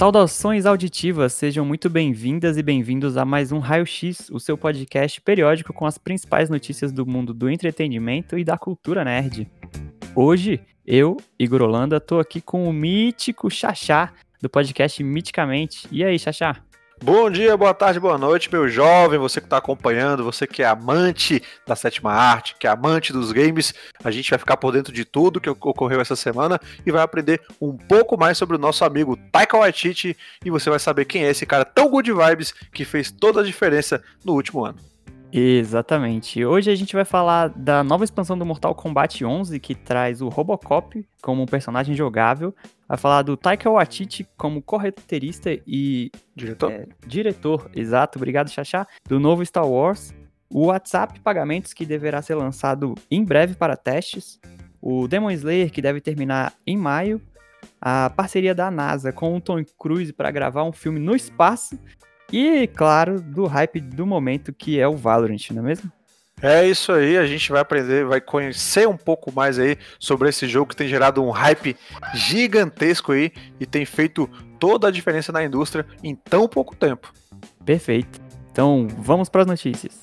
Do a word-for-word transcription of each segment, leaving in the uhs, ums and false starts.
Saudações auditivas, sejam muito bem-vindas e bem-vindos a mais um Raio X, o seu podcast periódico com as principais notícias do mundo do entretenimento e da cultura nerd. Hoje, eu, Igor Holanda, tô aqui com o mítico Xaxá, do podcast Miticamente. E aí, Xaxá? Bom dia, boa tarde, boa noite, meu jovem, você que está acompanhando, você que é amante da sétima arte, que é amante dos games. A gente vai ficar por dentro de tudo que ocorreu essa semana e vai aprender um pouco mais sobre o nosso amigo Taika Waititi, e você vai saber quem é esse cara tão good vibes que fez toda a diferença no último ano. Exatamente. Hoje a gente vai falar da nova expansão do Mortal Kombat onze, que traz o Robocop como um personagem jogável. Vai falar do Taika Waititi como correteirista e... Diretor? É, diretor, exato. Obrigado, Xaxá. Do novo Star Wars. O WhatsApp Pagamentos, que deverá ser lançado em breve para testes. O Demon Slayer, que deve terminar em maio. A parceria da NASA com o Tom Cruise para gravar um filme no espaço. E, claro, do hype do momento, que é o Valorant, não é mesmo? É isso aí, a gente vai aprender, vai conhecer um pouco mais aí sobre esse jogo que tem gerado um hype gigantesco aí e tem feito toda a diferença na indústria em tão pouco tempo. Perfeito. Então, vamos para as notícias.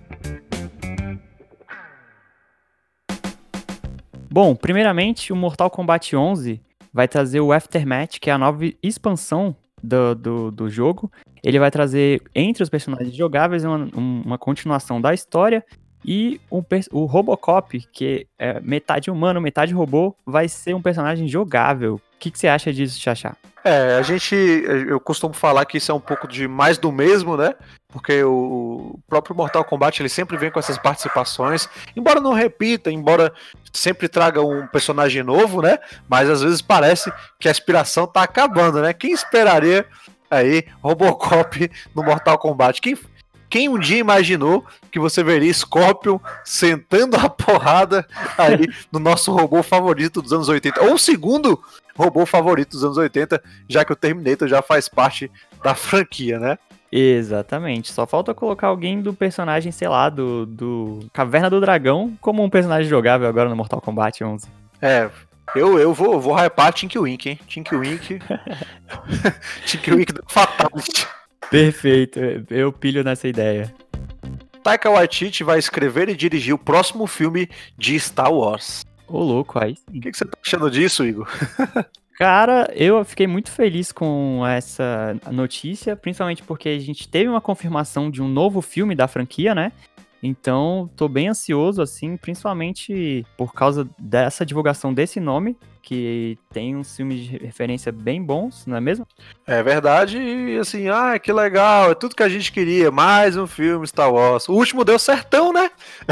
Bom, primeiramente, o Mortal Kombat onze vai trazer o Aftermath, que é a nova expansão do, do, do jogo. Ele vai trazer, entre os personagens jogáveis, uma, uma continuação da história, e um, o Robocop, que é metade humano, metade robô, vai ser um personagem jogável. O que, que você acha disso, Xaxá? É, a gente, eu costumo falar que isso é um pouco de mais do mesmo, né? Porque o próprio Mortal Kombat, ele sempre vem com essas participações, embora não repita, embora sempre traga um personagem novo, né? Mas às vezes parece que a inspiração tá acabando, né? Quem esperaria aí Robocop no Mortal Kombat? Quem, quem um dia imaginou que você veria Scorpion sentando a porrada aí no nosso robô favorito dos anos oitenta? Ou o segundo robô favorito dos anos oitenta, já que o Terminator já faz parte da franquia, né? Exatamente, só falta colocar alguém do personagem, sei lá, do, do Caverna do Dragão como um personagem jogável agora no Mortal Kombat onze. É, eu, eu vou, vou hypar Tinky Wink, hein? Tinky Wink. Tinky Wink do Fatality. Perfeito, eu pilho nessa ideia. Taika Waititi vai escrever e dirigir o próximo filme de Star Wars. Ô, louco, aí sim. O que, que você tá achando disso, Igor? Cara, eu fiquei muito feliz com essa notícia, principalmente porque a gente teve uma confirmação de um novo filme da franquia, né? Então, tô bem ansioso, assim, principalmente por causa dessa divulgação desse nome, que tem uns filmes de referência bem bons, não é mesmo? É verdade, e assim, ah, que legal, é tudo que a gente queria, mais um filme Star Wars. O último deu certão, né?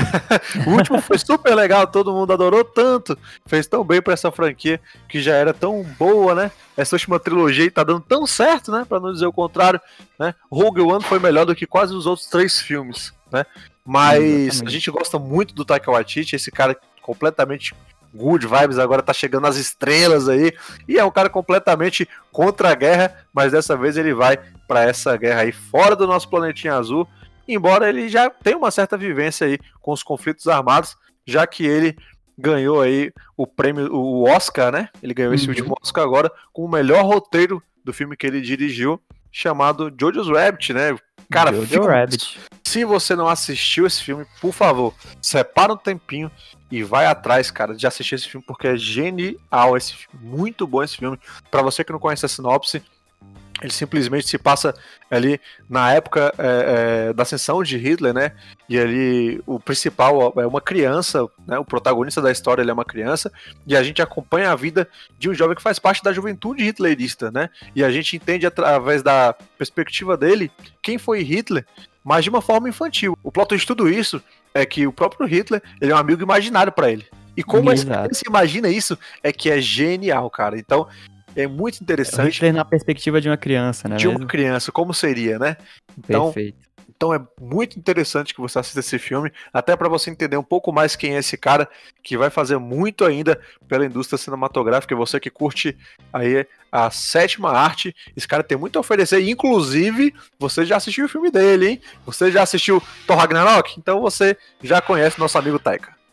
O último foi super legal, todo mundo adorou tanto, fez tão bem pra essa franquia, que já era tão boa, né? Essa última trilogia tá dando tão certo, né? Pra não dizer o contrário, né? Rogue One foi melhor do que quase os outros três filmes, né? Mas exatamente, a gente gosta muito do Taika Waititi, esse cara completamente good vibes, agora tá chegando às estrelas aí, e é um cara completamente contra a guerra, mas dessa vez ele vai pra essa guerra aí fora do nosso planetinha azul, embora ele já tenha uma certa vivência aí com os conflitos armados, já que ele ganhou aí o prêmio, o Oscar, né? Ele ganhou esse uhum. último Oscar agora com o melhor roteiro do filme que ele dirigiu, chamado Jojo's Rabbit, né? Cara, Jojo filme, Rabbit. Se você não assistiu esse filme, por favor, separa um tempinho e vai atrás, cara, de assistir esse filme, porque é genial esse filme, muito bom esse filme. Pra você que não conhece a sinopse, ele simplesmente se passa ali na época é, é, da ascensão de Hitler, né? E ali o principal é uma criança, né? O protagonista da história ele é uma criança, e a gente acompanha a vida de um jovem que faz parte da juventude hitlerista, né? E a gente entende através da perspectiva dele quem foi Hitler, mas de uma forma infantil. O plot de tudo isso é que o próprio Hitler ele é um amigo imaginário para ele. E como ele se imagina isso é que é genial, cara. Então é muito interessante. Hitler na perspectiva de uma criança, né? De uma mesmo? criança, como seria, né? Então, perfeito. Então é muito interessante que você assista esse filme, até para você entender um pouco mais quem é esse cara, que vai fazer muito ainda pela indústria cinematográfica. Você que curte aí a sétima arte, esse cara tem muito a oferecer. Inclusive, você já assistiu o filme dele, hein? Você já assistiu Thor Ragnarok? Então você já conhece nosso amigo Taika.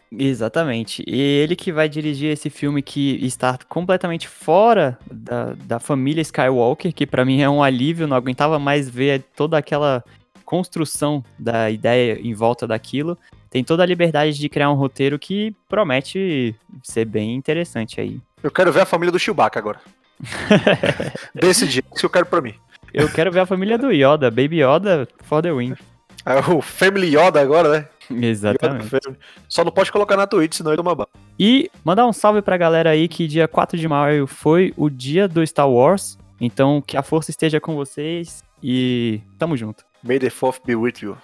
Exatamente. E ele que vai dirigir esse filme que está completamente fora da, da família Skywalker, que pra mim é um alívio, não aguentava mais ver toda aquela construção da ideia em volta daquilo. Tem toda a liberdade de criar um roteiro que promete ser bem interessante aí. Eu quero ver a família do Chewbacca agora. Desse jeito, isso eu quero pra mim. Eu quero ver a família do Yoda, Baby Yoda for the win. É o Family Yoda agora, né? Exatamente. Yoda Só não pode colocar na Twitch, senão ele toma ban. E mandar um salve pra galera aí que dia quatro de maio foi o dia do Star Wars. Então que a força esteja com vocês e tamo junto. May the fourth be with you.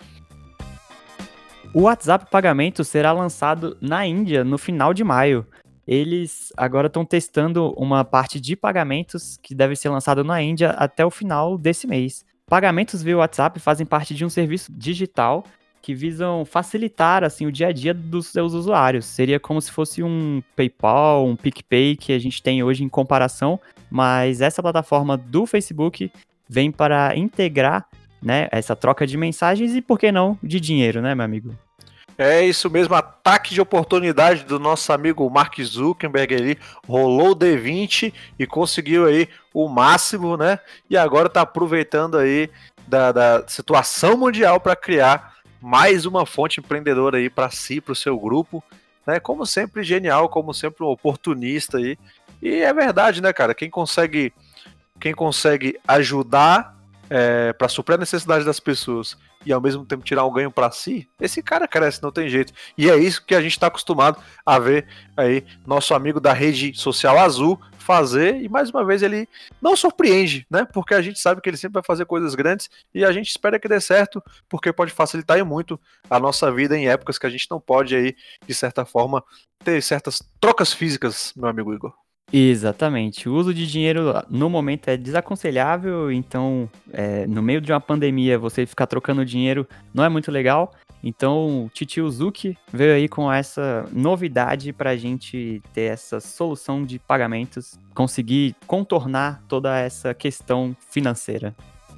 O WhatsApp Pagamento será lançado na Índia no final de maio. Eles agora estão testando uma parte de pagamentos que deve ser lançado na Índia até o final desse mês. Pagamentos via WhatsApp fazem parte de um serviço digital que visam facilitar assim, o dia a dia dos seus usuários. Seria como se fosse um PayPal, um PicPay que a gente tem hoje em comparação, mas essa plataforma do Facebook vem para integrar, né, essa troca de mensagens e, por que não, de dinheiro, né, meu amigo? É isso mesmo, ataque de oportunidade do nosso amigo Mark Zuckerberg ali, rolou o D vinte e conseguiu aí o máximo, né? E agora tá aproveitando aí da, da situação mundial para criar mais uma fonte empreendedora aí para si, para o seu grupo, né? Como sempre genial, como sempre um oportunista aí. E é verdade, né, cara? Quem consegue, quem consegue ajudar é, para suprir a necessidade das pessoas e ao mesmo tempo tirar um ganho para si, esse cara cresce, não tem jeito. E é isso que a gente está acostumado a ver aí nosso amigo da rede social azul fazer, e mais uma vez ele não surpreende, né? Porque a gente sabe que ele sempre vai fazer coisas grandes e a gente espera que dê certo, porque pode facilitar muito a nossa vida em épocas que a gente não pode aí, de certa forma, ter certas trocas físicas, meu amigo Igor. Exatamente. O uso de dinheiro no momento é desaconselhável, então é, no meio de uma pandemia você ficar trocando dinheiro não é muito legal. Então o Titio Zuki veio aí com essa novidade pra gente ter essa solução de pagamentos, conseguir contornar toda essa questão financeira.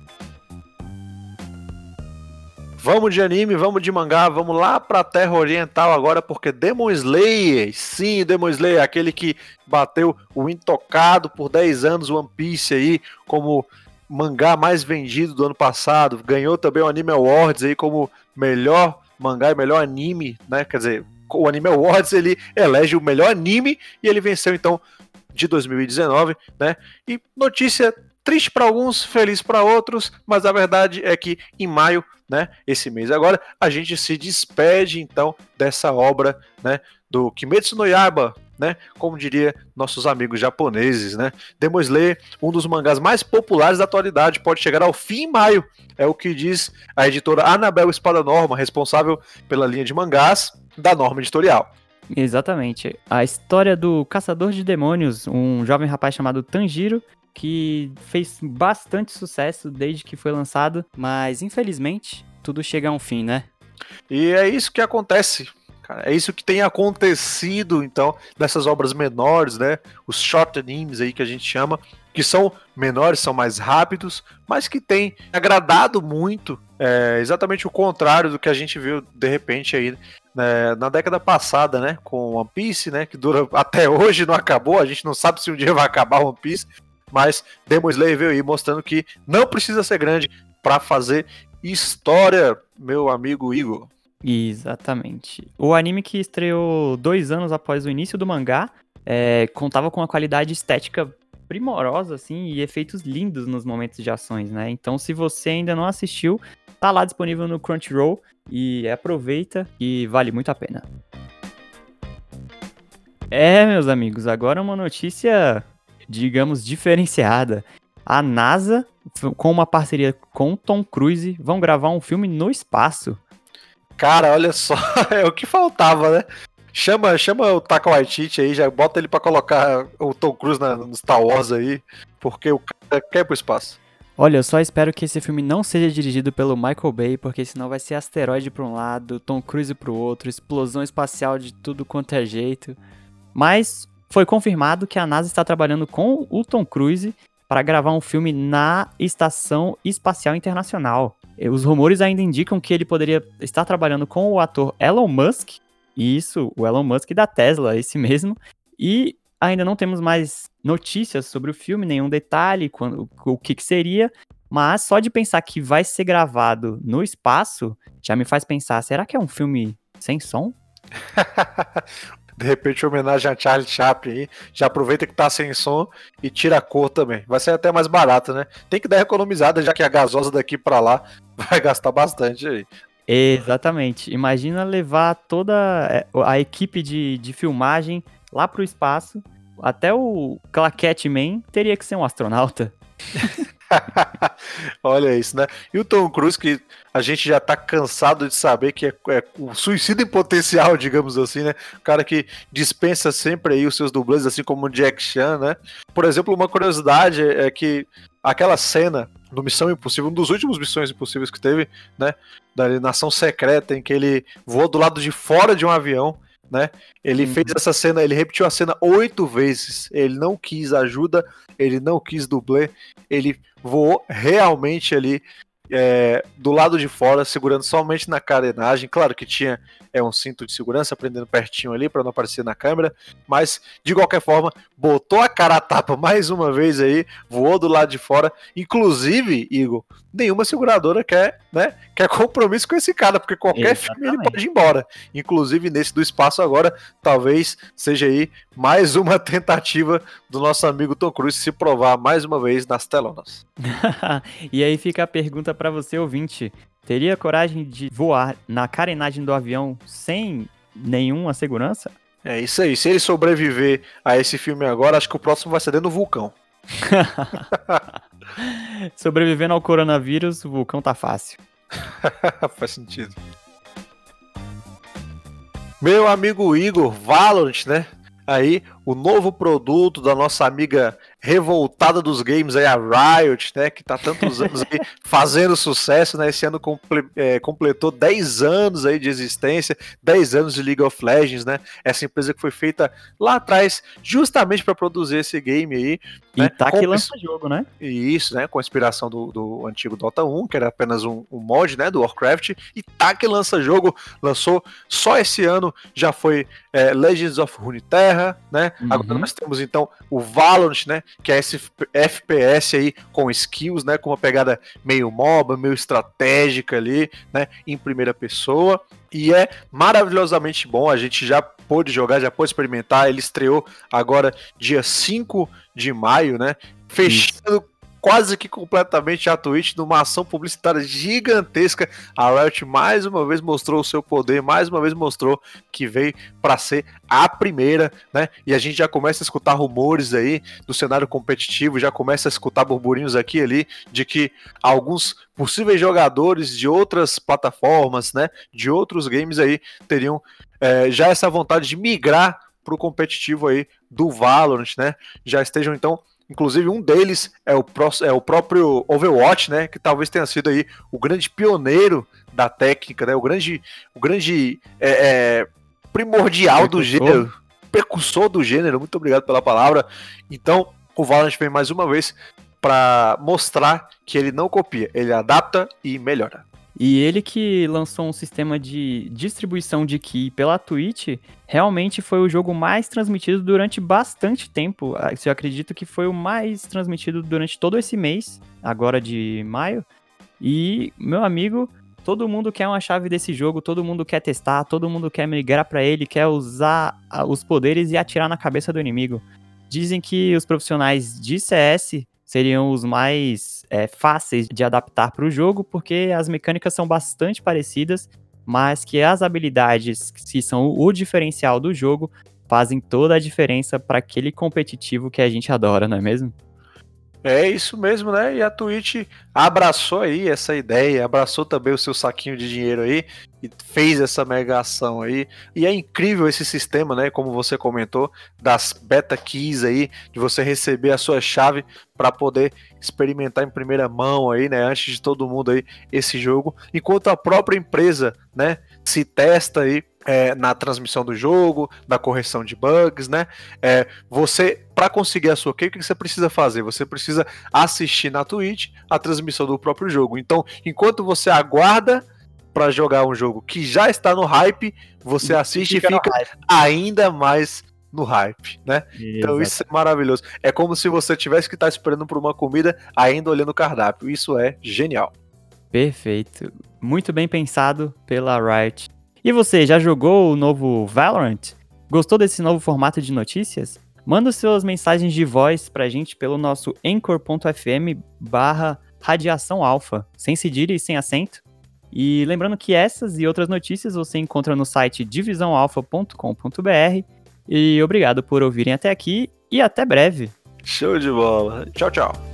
Vamos de anime, vamos de mangá, vamos lá pra Terra Oriental agora, porque Demon Slayer, sim, Demon Slayer, aquele que bateu o intocado por dez anos, One Piece aí, como mangá mais vendido do ano passado, ganhou também o Anime Awards aí como melhor mangá e melhor anime, né, quer dizer, o Anime Awards ele elege o melhor anime e ele venceu então de dois mil e dezenove, né, e notícia triste para alguns, feliz para outros, mas a verdade é que em maio, né, esse mês agora, a gente se despede então dessa obra, né, do Kimetsu no Yaiba, né, como diria nossos amigos japoneses, né, Demon Slayer, um dos mangás mais populares da atualidade, pode chegar ao fim em maio, é o que diz a editora Anabel Espada Norma, responsável pela linha de mangás da Norma Editorial. Exatamente. A história do Caçador de Demônios, um jovem rapaz chamado Tanjiro, que fez bastante sucesso desde que foi lançado, mas infelizmente tudo chega a um fim, né? E é isso que acontece, cara. É isso que tem acontecido, então, dessas obras menores, né? Os short animes aí que a gente chama, que são menores, são mais rápidos, mas que tem agradado muito, é, exatamente o contrário do que a gente viu, de repente, aí né, na década passada, né? Com One Piece, né? Que dura até hoje, não acabou, a gente não sabe se um dia vai acabar One Piece, mas Demon Slayer veio aí mostrando que não precisa ser grande para fazer história, meu amigo Igor. Exatamente. O anime que estreou dois anos após o início do mangá, é, contava com uma qualidade estética primorosa, assim, e efeitos lindos nos momentos de ações, né? Então, se você ainda não assistiu, tá lá disponível no Crunchyroll e aproveita e vale muito a pena. É, meus amigos, agora uma notícia, digamos, diferenciada. A NASA, com uma parceria com Tom Cruise, vão gravar um filme no espaço. Cara, olha só, é o que faltava, né? Chama, chama o Taika Waititi aí, já bota ele pra colocar o Tom Cruise na, no Star Wars aí, porque o cara quer ir pro espaço. Olha, eu só espero que esse filme não seja dirigido pelo Michael Bay, porque senão vai ser asteroide pra um lado, Tom Cruise pro outro, explosão espacial de tudo quanto é jeito. Mas foi confirmado que a NASA está trabalhando com o Tom Cruise para gravar um filme na Estação Espacial Internacional. Os rumores ainda indicam que ele poderia estar trabalhando com o ator Elon Musk Isso, o Elon Musk da Tesla, esse mesmo. E ainda não temos mais notícias sobre o filme, nenhum detalhe, quando, o que, que seria. Mas só de pensar que vai ser gravado no espaço, já me faz pensar, será que é um filme sem som? De repente, homenagem a Charlie Chaplin aí. Já aproveita que tá sem som e tira a cor também. Vai ser até mais barato, né? Tem que dar economizada, já que a gasosa daqui pra lá vai gastar bastante aí. Exatamente. Imagina levar toda a equipe de, de filmagem lá pro espaço. Até o Claquette Man teria que ser um astronauta. Olha isso, né? E o Tom Cruise, que a gente já tá cansado de saber que é, é o suicida em potencial, digamos assim, né? O cara que dispensa sempre aí os seus dublês, assim como o Jack Chan, né? Por exemplo, uma curiosidade é que aquela cena do Missão Impossível, um dos últimos Missões Impossíveis que teve, né? Da Nação Secreta, em que ele voou do lado de fora de um avião, né? Ele uhum. fez essa cena, ele repetiu a cena oito vezes. Ele não quis ajuda, ele não quis dublê, ele voou realmente ali é, do lado de fora, segurando somente na carenagem. Claro que tinha é, um cinto de segurança prendendo pertinho ali para não aparecer na câmera, mas de qualquer forma botou a cara a tapa mais uma vez aí, voou do lado de fora. Inclusive, Igor, nenhuma seguradora quer, né, quer compromisso com esse cara, porque qualquer Exatamente. filme ele pode ir embora. Inclusive nesse do espaço agora, talvez seja aí mais uma tentativa do nosso amigo Tom Cruise se provar mais uma vez nas telonas. E aí fica a pergunta para você, ouvinte. Teria coragem de voar na carenagem do avião sem nenhuma segurança? É isso aí. Se ele sobreviver a esse filme agora, acho que o próximo vai ser dentro do vulcão. Sobrevivendo ao coronavírus, o vulcão tá fácil. Faz sentido. Meu amigo Igor, Valorant, né? Aí, o novo produto da nossa amiga revoltada dos games, aí, a Riot, né? Que tá tantos anos aí fazendo sucesso, né? Esse ano comple- é, completou dez anos aí de existência, dez anos de League of Legends, né? Essa empresa que foi feita lá atrás justamente para produzir esse game aí. E né? tá que com... lança jogo, né? Isso, né? Com a inspiração do, do antigo Dota um, que era apenas um, um mod, né? Do Warcraft. E tá que lança jogo, lançou só esse ano, já foi é, Legends of Runeterra, né? Uhum. Agora nós temos então o Valorant, né? Que é esse F P S aí com skills, né? Com uma pegada meio MOBA, meio estratégica ali, né? Em primeira pessoa. E é maravilhosamente bom, a gente já pôde jogar, já pôde experimentar. Ele estreou agora dia cinco de maio, né? Fechando Isso. quase que completamente a Twitch numa ação publicitária gigantesca. A Riot mais uma vez mostrou o seu poder, mais uma vez mostrou que veio para ser a primeira, né? E a gente já começa a escutar rumores aí do cenário competitivo, já começa a escutar burburinhos aqui e ali de que alguns possíveis jogadores de outras plataformas, né? De outros games aí teriam é, já essa vontade de migrar para o competitivo aí do Valorant, né? Já estejam então. Inclusive, um deles é o, pró- é o próprio Overwatch, né? Que talvez tenha sido aí o grande pioneiro da técnica, né? O grande, o grande é, é, primordial do gênero, precursor do gênero. Muito obrigado pela palavra. Então, o Valorant vem mais uma vez para mostrar que ele não copia, ele adapta e melhora. E ele que lançou um sistema de distribuição de key pela Twitch, realmente foi o jogo mais transmitido durante bastante tempo. Eu acredito que foi o mais transmitido durante todo esse mês, agora de maio. E, meu amigo, todo mundo quer uma chave desse jogo, todo mundo quer testar, todo mundo quer migrar pra ele, quer usar os poderes e atirar na cabeça do inimigo. Dizem que os profissionais de C S seriam os mais é, fáceis de adaptar para o jogo, porque as mecânicas são bastante parecidas, mas que as habilidades, que são o diferencial do jogo, fazem toda a diferença para aquele competitivo que a gente adora, não é mesmo? É isso mesmo, né? E a Twitch abraçou aí essa ideia, abraçou também o seu saquinho de dinheiro aí e fez essa mega ação aí. E é incrível esse sistema, né? Como você comentou, das beta keys aí, de você receber a sua chave para poder experimentar em primeira mão aí, né? Antes de todo mundo aí esse jogo, enquanto a própria empresa, né? Se testa aí é, na transmissão do jogo, na correção de bugs, né? É, você, para conseguir a sua key, o que você precisa fazer? Você precisa assistir na Twitch a transmissão do próprio jogo. Então, enquanto você aguarda pra jogar um jogo que já está no hype, você assiste e fica no fica hype. ainda mais no hype, né? Então Exato. isso é maravilhoso. É como se você tivesse que estar esperando por uma comida ainda olhando o cardápio. Isso é genial. Perfeito. Muito bem pensado pela Riot. E você, já jogou o novo Valorant? Gostou desse novo formato de notícias? Manda suas mensagens de voz pra gente pelo nosso anchor.fm barra radiação alfa, sem cedilha e sem acento. E lembrando que essas e outras notícias você encontra no site divisão alfa ponto com ponto b r. E obrigado por ouvirem até aqui e até breve. Show de bola. Tchau, tchau.